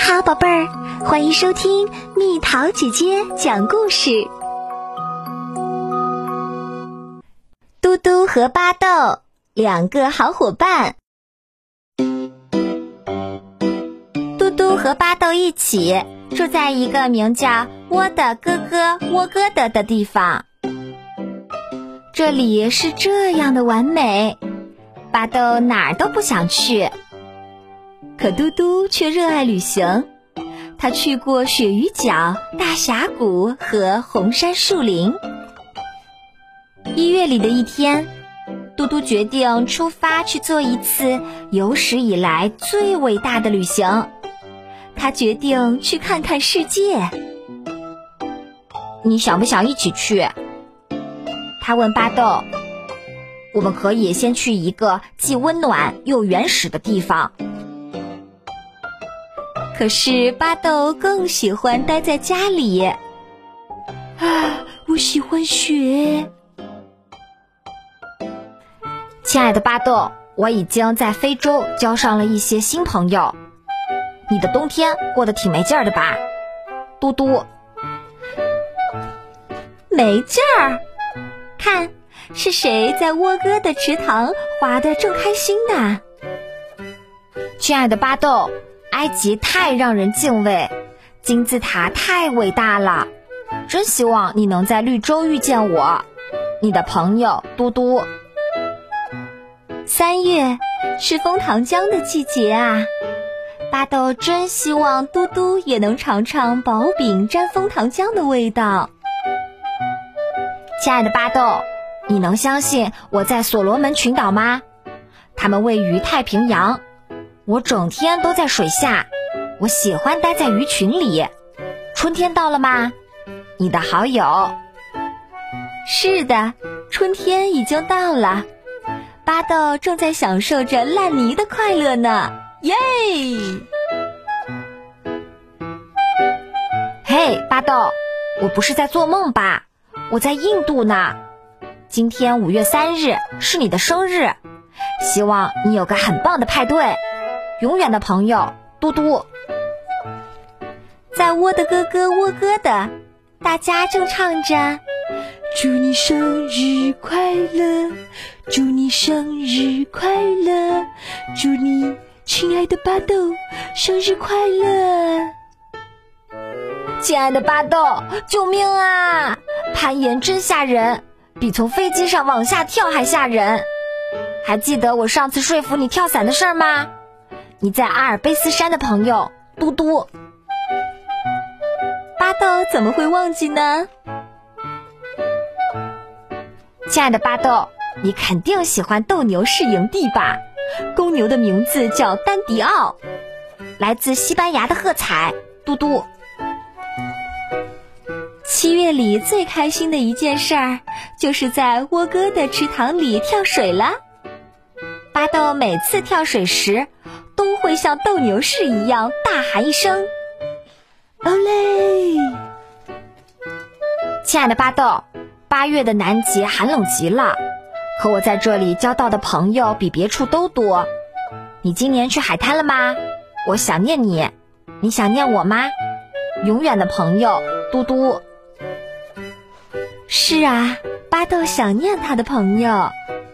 好，宝贝儿，欢迎收听蜜桃姐姐讲故事。嘟嘟和巴豆两个好伙伴。嘟嘟和巴豆一起住在一个名叫窝的哥哥窝哥的地方。这里是这样的完美，巴豆哪儿都不想去。可嘟嘟却热爱旅行，他去过鳕鱼角、大峡谷和红杉树林。1月里的一天，嘟嘟决定出发去做一次有史以来最伟大的旅行。他决定去看看世界。你想不想一起去？他问巴豆。我们可以先去一个既温暖又原始的地方。可是巴豆更喜欢待在家里。我喜欢雪。亲爱的巴豆，我已经在非洲交上了一些新朋友。你的冬天过得挺没劲儿的吧？嘟嘟。没劲儿？看，是谁在窝哥的池塘滑得正开心呢？亲爱的巴豆，埃及太让人敬畏，金字塔太伟大了，真希望你能在绿洲遇见我，你的朋友嘟嘟。3月是枫糖浆的季节啊，巴豆真希望嘟嘟也能尝尝薄饼沾枫糖浆的味道。亲爱的巴豆，你能相信我在所罗门群岛吗？它们位于太平洋，我整天都在水下，我喜欢待在鱼群里。春天到了吗？你的好友。是的，春天已经到了。巴豆正在享受着烂泥的快乐呢，耶！嘿，巴豆，我不是在做梦吧？我在印度呢。今天5月3日是你的生日，希望你有个很棒的派对。永远的朋友，嘟嘟。在窝的哥哥窝哥的，大家正唱着祝你生日快乐，祝你生日快乐，祝你亲爱的巴豆生日快乐。亲爱的巴豆，救命啊！攀岩真吓人，比从飞机上往下跳还吓人。还记得我上次说服你跳伞的事儿吗？你在阿尔卑斯山的朋友嘟嘟。巴豆怎么会忘记呢？亲爱的巴豆，你肯定喜欢斗牛士营地吧？公牛的名字叫丹迪奥，来自西班牙的喝彩，嘟嘟。7月里最开心的一件事儿，就是在窝哥的池塘里跳水了。巴豆每次跳水时，都会像斗牛士一样大喊一声欧嘞！亲爱的巴豆，8月的南极寒冷极了，可我在这里交到的朋友比别处都多。你今年去海滩了吗？我想念你，你想念我吗？永远的朋友嘟嘟。是啊，巴豆想念他的朋友。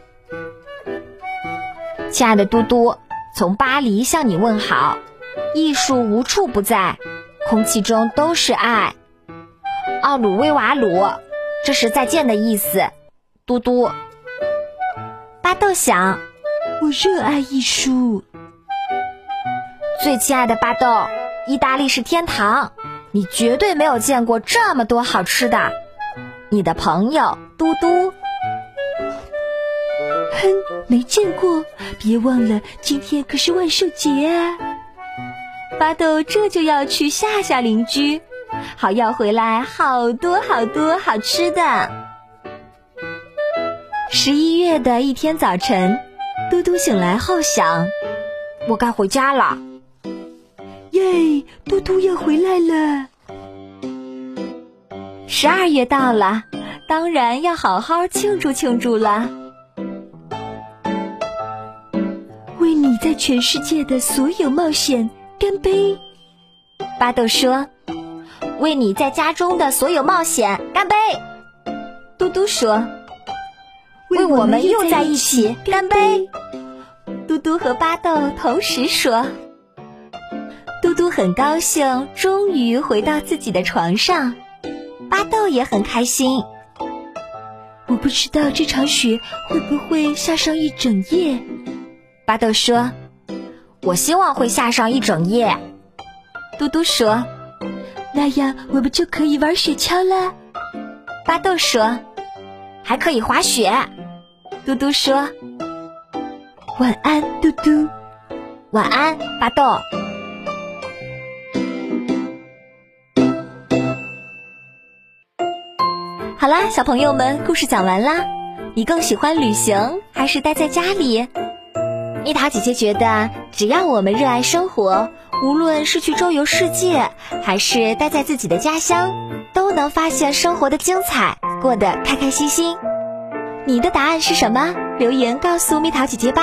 亲爱的嘟嘟，从巴黎向你问好。艺术无处不在，空气中都是爱。奥鲁威瓦鲁，这是再见的意思，嘟嘟。巴豆想，我热爱艺术。最亲爱的巴豆，意大利是天堂，你绝对没有见过这么多好吃的。你的朋友嘟嘟。没见过，别忘了今天可是万圣节啊！巴豆这就要去吓吓邻居，好要回来好多好多好吃的。11月的一天早晨，嘟嘟醒来后想，我该回家了。耶，嘟嘟要回来了。12月到了，当然要好好庆祝庆祝了。为你在全世界的所有冒险干杯！ 巴豆说：“为你在家中的所有冒险，干杯！”嘟嘟说：“为我们又在一起，干杯！”嘟嘟和巴豆同时说。嘟嘟很高兴，终于回到自己的床上。巴豆也很开心。 我不知道这场雪会不会下上一整夜。 巴豆说：“我希望会下上一整夜。”嘟嘟说：“ 那样我们就可以玩雪橇了。” 巴豆说：“还可以滑雪。”嘟嘟说：“ 晚安，嘟嘟。” 晚安，巴豆。好啦，小朋友们，故事讲完啦。你更喜欢旅行还是待在家里？蜜桃姐姐觉得，只要我们热爱生活，无论是去周游世界，还是待在自己的家乡，都能发现生活的精彩，过得开开心心。你的答案是什么？留言告诉蜜桃姐姐吧。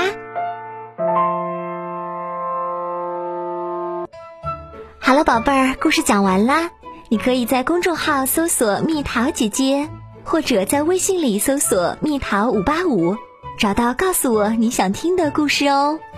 好了，宝贝儿，故事讲完啦。你可以在公众号搜索蜜桃姐姐，或者在微信里搜索蜜桃585，找到告诉我你想听的故事哦。